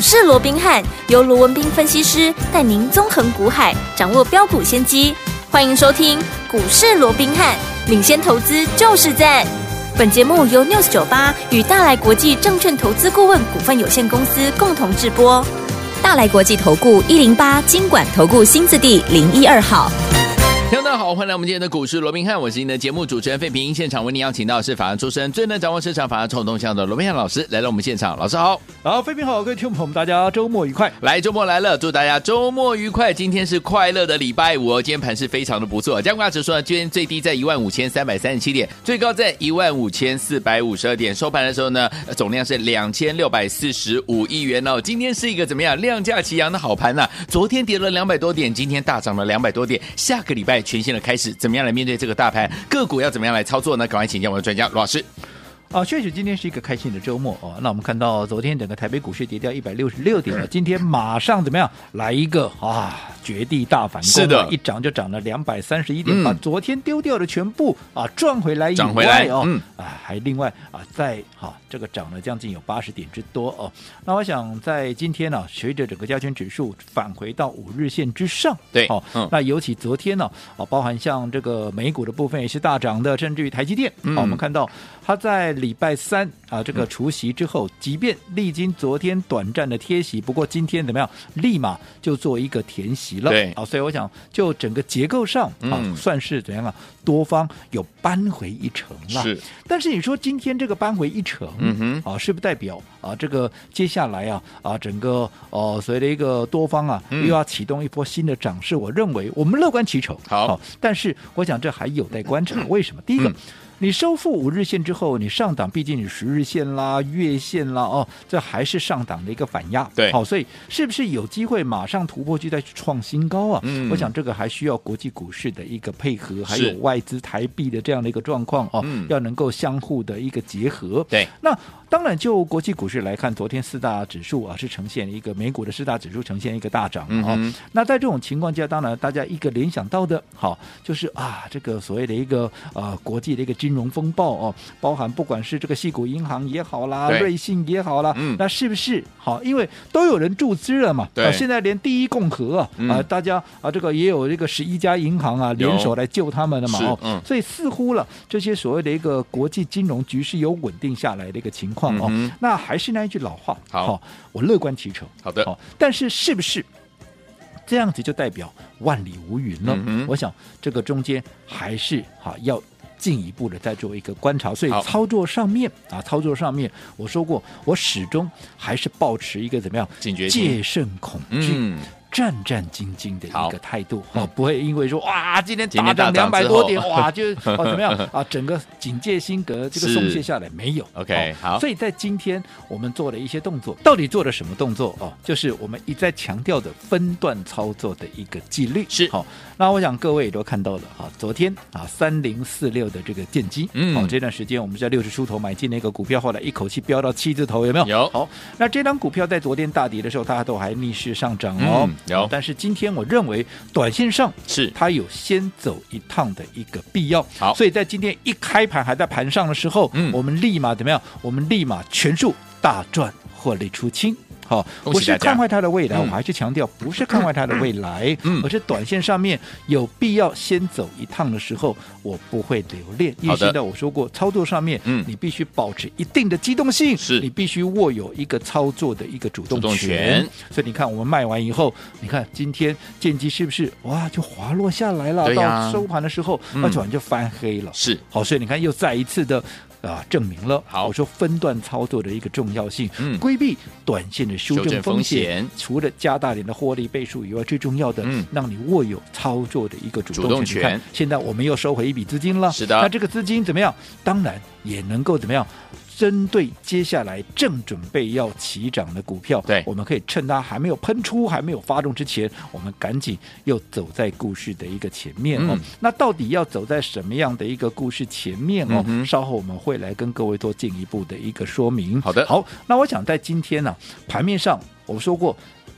市罗宾汉由罗文彬分析师带您纵横股海，掌握标股先机。欢迎收听股市罗宾汉，领先投资就是赞。本节目由 News98 与大来国际证券投资顾问股份有限公司共同制播。大来国际投顾108金管投顾新字第012号。 听众大家好，欢迎来我们今天的股市罗宾汉，我是您的节目主持人费平。现场为您邀请到的是法案出身、最能掌握市场法案冲动向的罗宾汉老师来到我们现场。老师好。 好，费平好，各位听众朋友们，大家周末愉快。 来，周末来了，祝大家周末愉快。今天是快乐的礼拜五哦，今天盘势非常的不错。加权指数呢，今天最低在15337点，最高在15452点，收盘的时候呢，总量是2645亿元哦。今天是一个怎么样量价齐扬的好盘啊？昨天跌了200多点，今天大涨了200多点。下个礼拜全新的开始，怎么样来面对这个大盘？个股要怎么样来操作呢？赶快请教我们的专家罗老师。 确实今天是一个开心的周末哦。那我们看到昨天整个台北股市跌掉166点了，今天马上怎么样来一个绝地大反攻？是的，一涨就涨了231点，把昨天丢掉的全部赚回来以外哦，还另外再这个涨了将近有80点之多哦。那我想在今天呢，随着整个加权指数返回到5日线之上， 对那尤其昨天呢包含像这个美股的部分也是大涨的，甚至于台积电我们看到它在礼拜三这个除息之后，即便历经昨天短暂的贴息，不过今天怎么样，立马就做一个填息了。 对所以我想就整个结构上算是怎样啊，多方有扳回一城了。是，但是你说今天这个扳回一城，是不是代表这个接下来整个所谓的一个多方又要启动一波新的涨势？我认为我们乐观其成。好，但是我想这还有待观察。为什么？第一个，你收复5日线之后，你上档毕竟你10日线啦、月线啦，这还是上档的一个反压。 对， 好，所以是不是有机会马上突破去再创新高啊？我想这个还需要国际股市的一个配合，还有外资台币的这样的一个状况要能够相互的一个结合。 对， 那当然就国际股市来看，昨天4大指数是呈现一个美股的4大指数呈现一个大涨那在这种情况下，当然大家一个联想到的就是这个所谓的一个国际的一个金融风暴包含不管是这个矽谷银行也好啦，瑞信也好啦，那是不是因为都有人注资了嘛？现在连第一共和大家这个也有这个11家银行联手来救他们的嘛所以似乎了这些所谓的一个国际金融局势有稳定下来的一个情况那还是那一句老话，我乐观其成。 好的， 但是是不是这样子就代表万里无云呢？我想这个中间还是要进一步的再做一个观察，所以操作上面我说过，我始终还是抱持一个怎么样警觉性、 戒慎恐惧。战战兢兢的一个态度不会因为说今天大涨200多点就怎么样整个警戒心格这个松懈下来没有。 OK 好， 所以在今天我们做了一些动作，到底做了什么动作就是我们一再强调的分段操作的一个纪律。 是那我想各位也都看到了昨天3046的这个建基这段时间我们在60出头买进那个股票，后来一口气飙到7字头，有没有？ 有。 好，那这张股票在昨天大跌的时候它都还逆势上涨有， 但是今天我认为短线上是它有先走一趟的一个必要。 好， 所以在今天一开盘还在盘上的时候我们立马怎么样？我们立马全数大赚获利出清。不是看坏它的未来我还是强调不是看坏它的未来而是短线上面有必要先走一趟的时候我不会留恋。因为现在我说过操作上面你必须保持一定的机动性，你必须握有一个操作的一个主动权。所以你看我们卖完以后，你看今天建基是不是就滑落下来了，到收盘的时候转就翻黑了。是好，所以你看又再一次的证明了我说分段操作的一个重要性，规避短线的修正风险，除了加大点的获利倍数以外，最重要的让你握有操作的一个主动权。现在我们又收回一笔资金了，是的，那这个资金怎么样？当然也能够怎么样？针对接下来正准备要起涨的股票，对，我们可以趁它还没有喷出、还没有发动之前，我们赶紧又走在故事的一个前面那到底要走在什么样的一个故事前面稍后我们会来跟各位做进一步的一个说明。好的，好，那我想在今天盘面上我说过。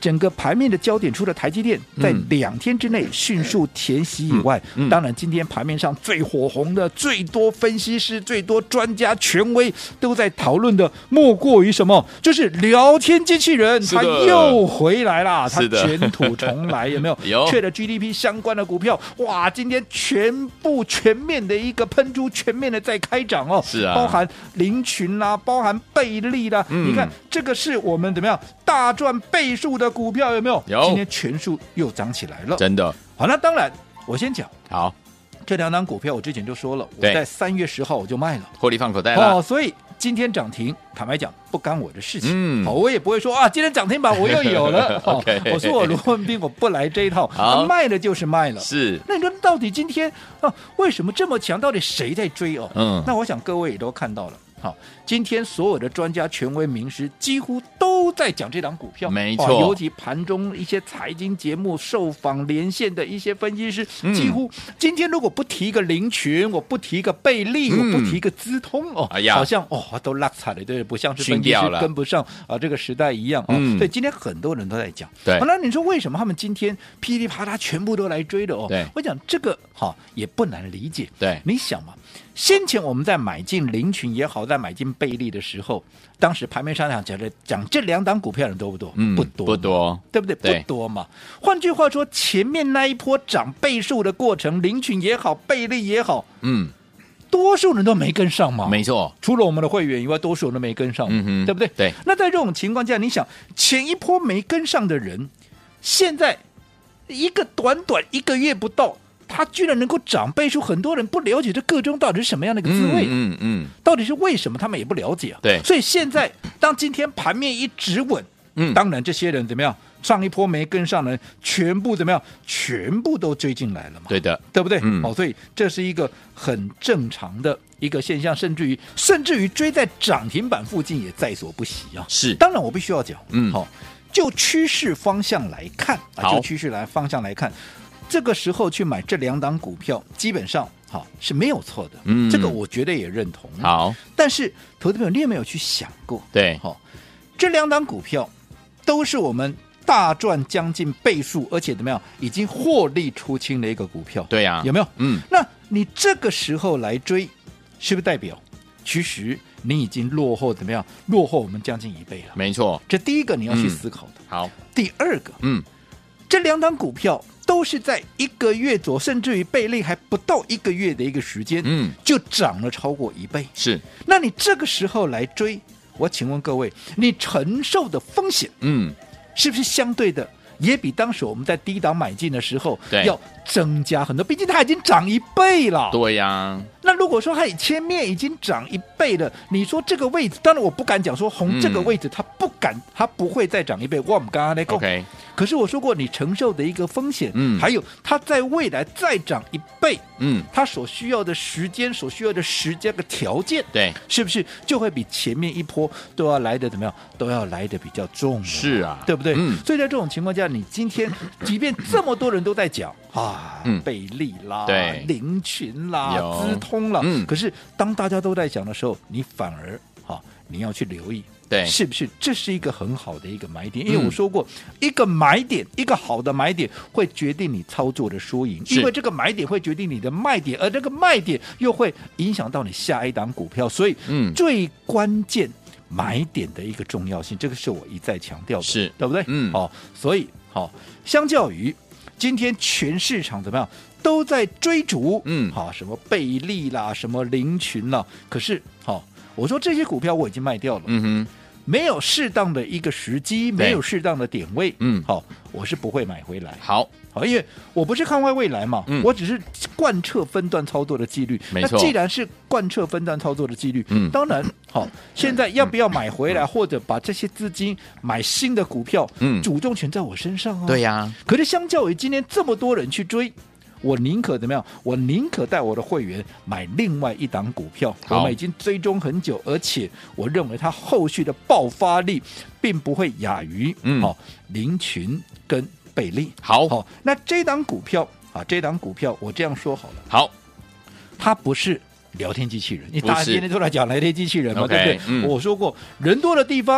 整个盘面的焦点除了台积电在2天之内迅速填息以外，当然今天盘面上最火红的、最多分析师、最多专家权威都在讨论的，莫过于什么？就是聊天机器人，它又回来啦，它卷土重来，有没有？ 有。 确的 GDP 相关的股票，哇，今天全面的一个喷出，全面的在开涨哦。 是啊， 包含林群啦，包含贝利啦，你看这个是我们怎么样大赚倍数的股票，有没有？ 有。 今天全数又涨起来了， 真的。 好，那当然，我先讲好。 这2档股票我之前就说了，我在3月10号我就卖了， 获利放口袋了。 所以今天涨停，坦白讲不干我的事情。我也不会说今天涨停板我又有了。我说我罗文彬我不来这一套，卖了就是卖了。 是。 那你说到底今天为什么这么强？到底谁在追哦？那我想各位也都看到了。好，今天所有的专家、权威、名师几乎都在讲这档股票， 没错。 尤其盘中一些财经节目、受访连线的一些分析师，几乎今天如果不提一个林群，我不提一个贝利，我不提一个资通好像都落差了，对，不像是分析师跟不上这个时代一样所以今天很多人都在讲。 对， 那你说为什么他们今天噼里啪啦全部都来追的对， 我讲这个也不难理解。 对， 你想嘛。先前我们在买进林群也好，在买进贝利的时候，当时盘面上讲这2档股票的人多不多？不多，对不对？不多嘛。换句话说，前面那一波涨倍数的过程，林群也好，贝利也好，多数人都没跟上嘛。 没错， 除了我们的会员以外，多数人都没跟上，对不对？ 对。 那在这种情况下，你想前一波没跟上的人，现在短1个月不到。它居然能够涨倍数，很多人不了解这个中到底是什么样的一个滋味，到底是为什么，他们也不了解对， 所以现在当今天盘面一直稳，当然这些人怎么样？上一波没跟上的，全部怎么样？全部都追进来了嘛？ 对的， 对不对？所以这是一个很正常的一个现象，甚至于追在涨停板附近也在所不惜啊。 是， 当然我必须要讲，就趋势方向来看就趋势方向来看。这个时候去买这2档股票，基本上是没有错的，这个我觉得也认同。 好， 但是投资朋友，你有没有去想过？ 对， 这2档股票都是我们大赚将近倍数，而且怎么样，已经获利出清的一个股票。 对呀， 有没有？那你这个时候来追，是不是代表其实你已经落后怎么样？落后我们将近1倍了。 没错， 这第一个你要去思考的。 好， 第二个，这2档股票都是在1个月左右，甚至于贝利还不到1个月的一个时间，就涨了超过1倍。 是， 那你这个时候来追，我请问各位，你承受的风险，是不是相对的也比当时我们在低档买进的时候要增加很多？毕竟它已经涨1倍了。 对呀。 那如果说它前面已经涨1倍了，你说这个位置，当然我不敢讲说从这个位置它不会再涨1倍，我们刚刚来讲。 OK。 可是我说过，你承受的一个风险，还有它在未来再涨1倍，它所需要的时间、所需要的时间的条件， 对， 是不是就会比前面一波都要来的怎么样？都要来的比较重？ 是啊， 对不对？所以在这种情况下，你今天即便这么多人都在讲贝利啦、林群啦、资通啦，可是当大家都在讲的时候，你反而你要去留意。对，是不是这是一个很好的一个买点？因为我说过，一个买点，一个好的买点会决定你操作的输赢，因为这个买点会决定你的卖点，而这个卖点又会影响到你下一档股票，所以最关键买点的一个重要性，这个是我一再强调的，是对不对？所以相较于今天全市场怎么样都在追逐，什么贝利啦，什么林群啦，可是我说这些股票我已经卖掉了，没有适当的一个时机，没有适当的点位，我是不会买回来。好，因为我不是看坏未来嘛，我只是贯彻分段操作的纪律。那既然是贯彻分段操作的纪律，当然现在要不要买回来，或者把这些资金买新的股票，主动权在我身上啊。对呀。可是相较于今天这么多人去追，我宁可怎么样？我宁可带我的会员买另外一档股票，我们已经追踪很久，而且我认为它后续的爆发力并不会亚于林群跟贝利。好，那这档股票我这样说好了，好，它不是聊天机器人，大家今天都来讲聊天机器人嘛，对不对？我说过，人多的地方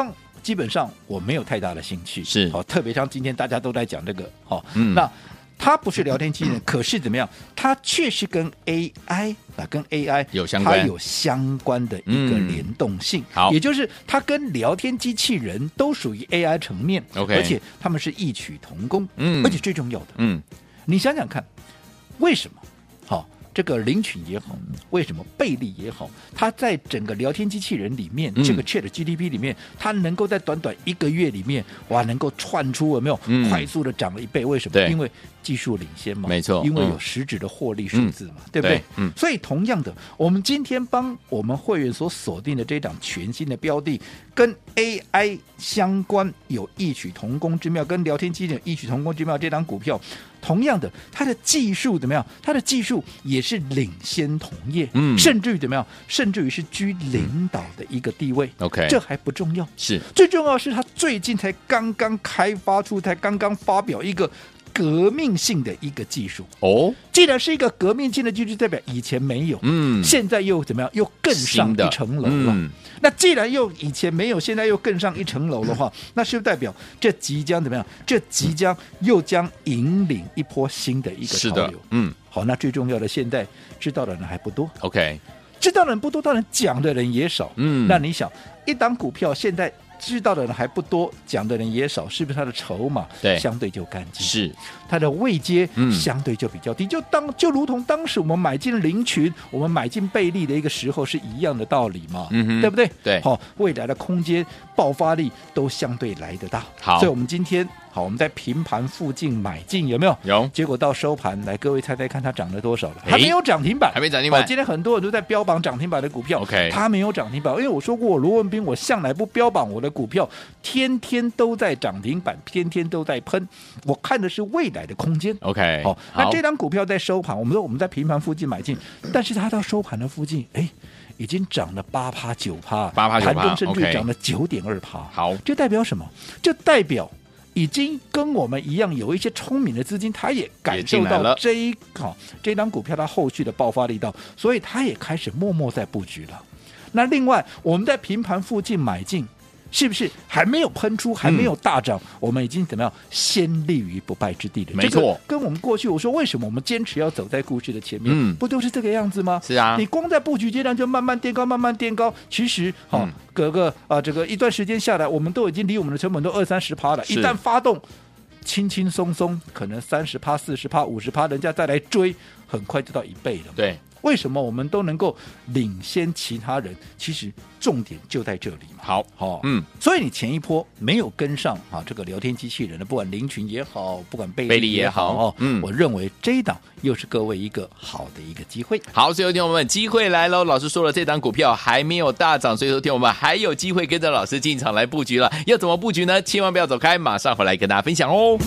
基本上我没有太大的兴趣， 是特别像今天大家都在讲这个，那它不是聊天机器人，可是怎么样？它确实跟 AI 有相关， 它有相关的一个联动性。 好， 也就是它跟聊天机器人都属于 AI 层面 ，OK， 而且它们是异曲同工。而且最重要的，你想想看，为什么？这个林群也好，为什么贝利也好，它在整个聊天机器人里面，这个 ChatGPT 里面，它能够在短短1个月里面，哇，能够窜出有没有快速的涨了1倍？为什么？因为技术领先嘛， 没错， 因为有实质的获利数字嘛，对不对？所以同样的，我们今天帮我们会员所锁定的这档全新的标的，跟 AI 相关有异曲同工之妙，跟聊天机器人有异曲同工之妙，这档股票。同样的，它的技术怎么样？它的技术也是领先同业，甚至于怎么样？甚至于是居领导的一个地位。 OK， 这还不重要， 是最重要的是它最近才刚刚开发出，才刚刚发表一个革命性的一个技术。既然是一个革命性的技术，代表以前没有，现在又怎么样？又更上一层楼了。那既然又以前没有，现在又更上一层楼的话，那是不是代表这即将怎么样？这即将又将引领一波新的一个潮流。好，那最重要的，现在知道的人还不多。 OK， 知道的人不多，当然讲的人也少。那你想，一档股票现在知道的人还不多，讲的人也少，是不是它的筹码相对就干净？ 是它的位阶相对就比较低，就如同当时我们买进林群，我们买进贝利的一个时候是一样的道理嘛，对不对？ 对， 未来的空间爆发力都相对来得大。 好， 所以我们今天我们在平盘附近买进，有没有？ 有。 结果到收盘，来各位猜猜看，它涨了多少了？还没有涨停板， 还没涨停板。 今天很多人都在标榜涨停板的股票 ，OK， 它没有涨停板，因为我说过，我罗文彬我向来不标榜我的股票天天都在涨停板，天天都在喷，我看的是未来的空间。 OK， 好，那这张股票在收盘，我们说我们在平盘附近买进，但是它到收盘的附近，已经涨了8%、9%，盘中甚至涨了9.2%。 好， 这代表什么？这代表已经跟我们一样，有一些聪明的资金，他也感受到这张股票它后续的爆发力道，所以他也开始默默在布局了。那另外，我们在平盘附近买进，是不是还没有喷出，还没有大涨，我们已经怎么样先立于不败之地了？ 没错，这个跟我们过去我说为什么我们坚持要走在故事的前面，不都是这个样子吗？ 是啊， 你光在布局阶段就慢慢垫高，慢慢垫高，其实隔个这个一段时间下来，我们都已经离我们的成本都20-30%了。一旦发动，轻轻松松可能30%、40%、50%，人家再来追，很快就到1倍了。 对。 为什么我们都能够领先其他人？其实重点就在这里嘛。 好， 所以你前一波没有跟上这个聊天机器人的，不管林群也好，不管贝利也好，我认为这一档又是各位一个好的一个机会。 好，所以听我们机会来喽。老师说了，这档股票还没有大涨，所以说听我们还有机会跟着老师进场来布局了。要怎么布局呢？千万不要走开，马上回来跟大家分享哦。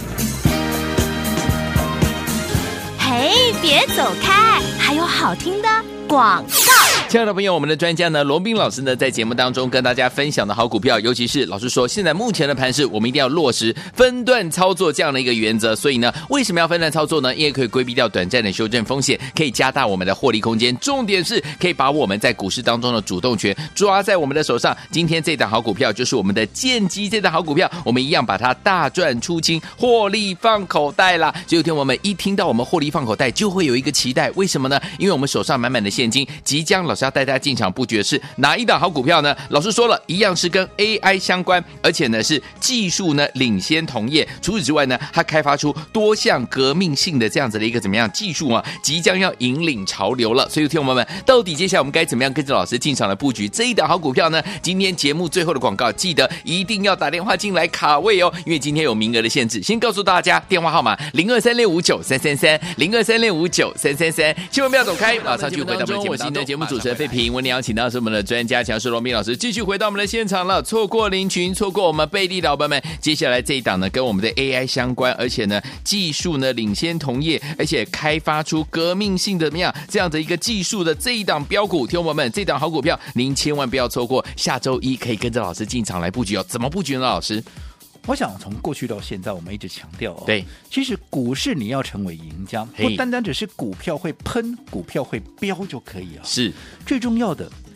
嘿，别走开，还有好听的广告。 亲爱的朋友，我们的专家呢，罗彬老师呢，在节目当中跟大家分享的好股票，尤其是老师说，现在目前的盘势，我们一定要落实分段操作这样的一个原则。所以呢，为什么要分段操作呢？因为可以规避掉短暂的修正风险，可以加大我们的获利空间。重点是可以把我们在股市当中的主动权抓在我们的手上。今天这档好股票就是我们的建基这档好股票，我们一样把它大赚出清，获利放口袋啦。所以有天我们一听到我们获利放口袋，就会有一个期待，为什么呢？因为我们手上满满的现金，即将老师要带大家进场布局的是哪一档好股票呢？老师说了，一样是跟 AI 相关，而且呢是技术呢领先同业。除此之外呢，它开发出多项革命性的这样子的一个怎么样技术啊，即将要引领潮流了。所以听众朋友们，到底接下来我们该怎么样跟着老师进场来布局这一档好股票呢？今天节目最后的广告，记得一定要打电话进来卡位哦，因为今天有名额的限制。先告诉大家电话号码0236593333 0236593333，千万不要走开，马上就回到我们的节目当中。我是今天的节目主持人费平，为您邀请到是我们的专家强势罗彬老师，继续回到我们的现场了。错过林群，错过我们贝利老板们，接下来这一档呢，跟我们的 AI 相关，而且呢技术呢领先同业，而且开发出革命性的怎么样这样的一个技术的这一档标股，听众朋友们，这档好股票您千万不要错过，下周一可以跟着老师进场来布局哦。怎么布局呢？老师？ 我想从过去到现在，我们一直强调对， 其实股市你要成为赢家，不单单只是股票会喷、股票会飙就可以了。 是， 最重要的，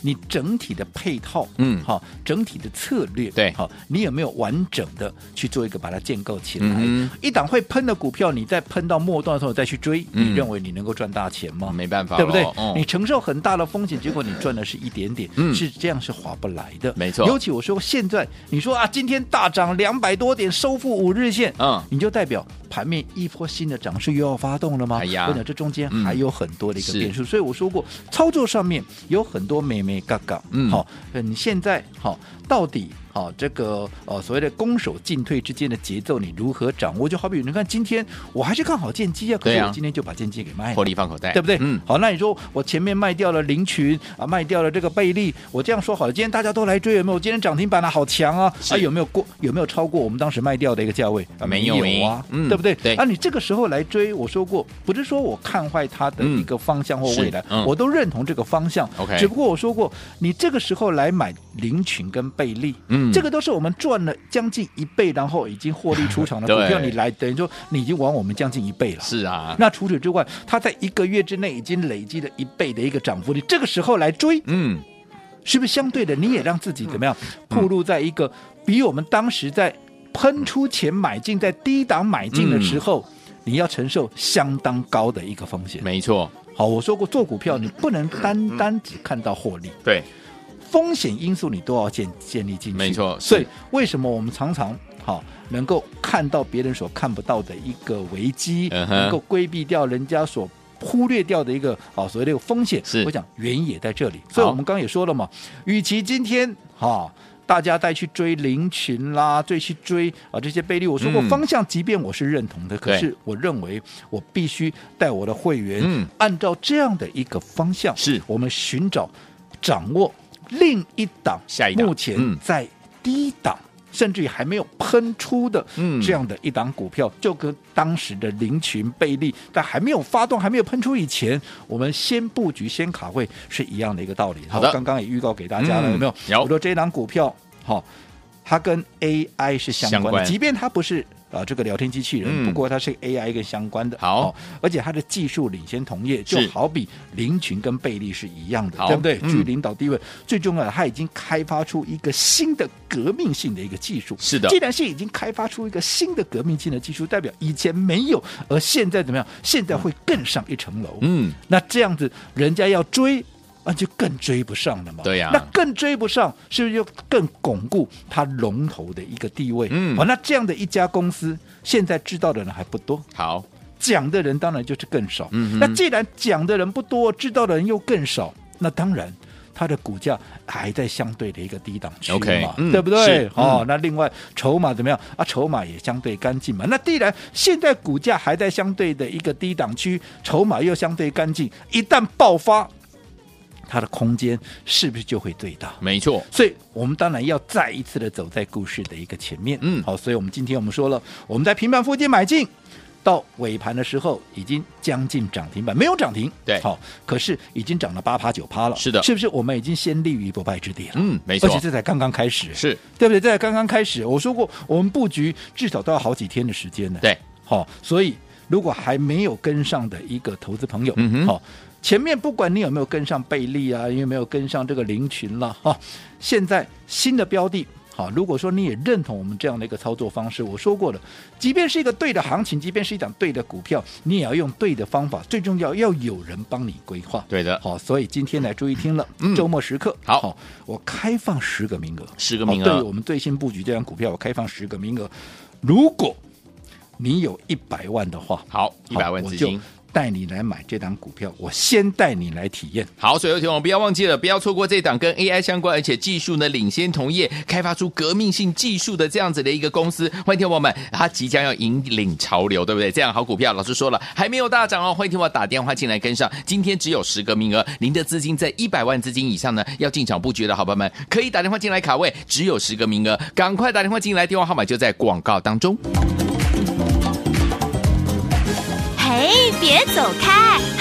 你整体的配套，好，整体的策略， 对， 好，你有没有完整的去做一个把它建构起来？一档会喷的股票，你再喷到末段的时候再去追，你认为你能够赚大钱吗？ 没办法， 对不对？你承受很大的风险，结果你赚的是一点点，是这样是划不来的。 没错， 尤其我说现在你说啊，今天大涨200多点，收复5日线，你就代表盘面一波新的涨势又要发动了吗？我讲这中间还有很多的一个变数，所以我说过，操作上面有很多眉眉角角。好，你现在好到底？好，这个所谓的攻守进退之间的节奏，你如何掌握？就好比你看今天我还是看好建基啊，可是我今天就把建基给卖了， 获利放口袋， 对不对？好，那你说我前面卖掉了林群啊，卖掉了这个贝利，我这样说好了，今天大家都来追，有没有？今天涨停板好强啊！有没有超过我们当时卖掉的一个价位？ 没有啊，对不对？ 对。 你这个时候来追，我说过，不是说我看坏它的一个方向或未来，我都认同这个方向。 OK， 只不过我说过，你这个时候来买林群跟贝利，这个都是我们赚了将近1倍，然后已经获利出场的股票，你来等于说你已经往我们将近1倍了。 是啊， 那除此之外，它在1个月之内已经累积了1倍的一个涨幅，你这个时候来追，是不是相对的你也让自己怎么样暴露在一个比我们当时在喷出前买进，在低档买进的时候，你要承受相当高的一个风险。 没错。 好，我说过做股票你不能单单只看到获利， 对。 风险因素你都要建立进去， 没错。 所以为什么我们常常能够看到别人所看不到的一个危机，能够规避掉人家所忽略掉的一个所谓的风险？我讲原因也在这里。所以我们刚刚也说了嘛，与其今天大家再去追林群啦，再去追这些贝利，我说过方向，即便我是认同的，可是我认为我必须带我的会员，按照这样的一个方向，是我们寻找掌握另一档， 下一档目前在低档，甚至于还没有喷出的这样的一档股票，就跟当时的林群贝利在还没有发动还没有喷出以前，我们先布局先卡位是一样的一个道理。 好的， 刚刚也预告给大家了，有没有？ 有。 我说这一档股票它跟 AI 是相关的，即便它不是这个聊天机器人，不过它是 AI 跟相关的。 好， 而且它的技术领先同业，就好比林群跟贝利是一样的，对不对？居领导地位，最重要的，它已经开发出一个新的革命性的一个技术。 是的， 既然是已经开发出一个新的革命性的技术，代表以前没有，而现在怎么样？现在会更上一层楼。那这样子，人家要追。就更追不上了嘛。 对呀， 那更追不上，是不是就更巩固它龙头的一个地位？那这样的一家公司，现在知道的人还不多。 好， 讲的人当然就是更少。那既然讲的人不多，知道的人又更少，那当然它的股价还在相对的一个低档区嘛，对不对？那另外筹码怎么样啊？筹码也相对干净嘛。那既然现在股价还在相对的一个低档区，筹码又相对干净，一旦爆发，它的空间是不是就会最大？ 没错， 所以我们当然要再一次的走在故事的一个前面。好，所以今天我们说了，我们在平盘附近买进，到尾盘的时候已经将近涨停板，没有涨停， 对， 好，可是已经涨了8%、9%了， 是的， 是不是我们已经先立于不败之地了？ 没错， 而且这才刚刚开始， 是对不对？这才刚刚开始，我说过，我们布局至少都要好几天的时间呢。 对， 好，所以如果还没有跟上的一个投资朋友，好。前面不管你有没有跟上贝利啊，有没有跟上这个林群了现在新的标的好，如果说你也认同我们这样的一个操作方式，我说过了，即便是一个对的行情，即便是一档对的股票，你也要用对的方法，最重要要有人帮你规划。 对的， 好，所以今天来注意听了，周末时刻， 好， 我开放10个名额 ，10个名额， 对我们最新布局这张股票，我开放10个名额，如果你有100万的话， 好，100万资金。 带你来买这档股票，我先带你来体验。 好，所有听众不要忘记了，不要错过这档跟 AI 相关，而且技术呢领先同业，开发出革命性技术的这样子的一个公司。欢迎听众朋友们，它即将要引领潮流，对不对？这样好股票，老师说了还没有大涨哦，欢迎听我打电话进来跟上。今天只有10个名额，您的资金在100万资金以上呢，要进场布局的好朋友们，可以打电话进来卡位，只有10个名额，赶快打电话进来，电话号码就在广告当中。 嘿，别走开，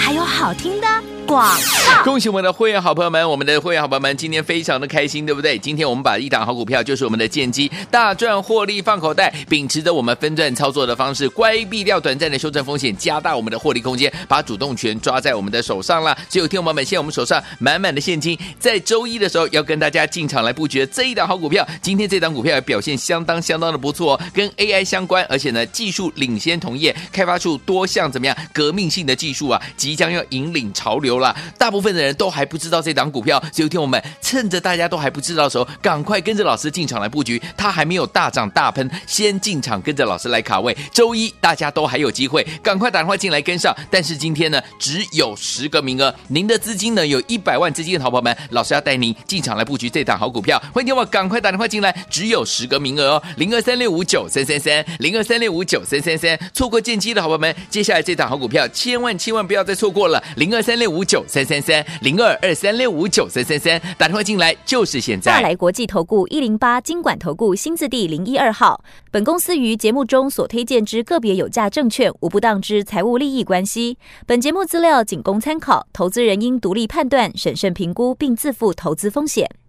还有好听的广告。 恭喜我们的会员好朋友们，我们的会员好朋友们今天非常的开心，对不对？今天我们把一档好股票，就是我们的建基，大赚获利放口袋，秉持着我们分段操作的方式，乖避掉短暂的修正风险，加大我们的获利空间，把主动权抓在我们的手上啦。所以有听众朋友们，现在我们手上满满的现金，在周一的时候要跟大家进场来布局的这一档好股票，今天这档股票也表现相当的不错哦，跟 AI 相关，而且呢技术领先同业，开发出多项怎么样革命性的技术啊，即将要引领潮流啦。大部分的人都还不知道这档股票，所以有听我们趁着大家都还不知道的时候，赶快跟着老师进场来布局，它还没有大涨大喷，先进场跟着老师来卡位，周一大家都还有机会，赶快打电话进来跟上。但是今天呢只有10个名额，您的资金呢有100万资金的好朋友们，老师要带您进场来布局这档好股票，欢迎听我赶快打电话进来，只有10个名额哦，0236593333 0236593333，错过建基的好朋友们，接下来这档好股票千万不要再错过了，0236593333 0223659333，打电话进来就是现在。 大来国际投顾108金管投顾新字第012号，本公司于节目中所推荐之个别有价证券无不当之财务利益关系，本节目资料仅供参考，投资人应独立判断、审慎评估并自负投资风险。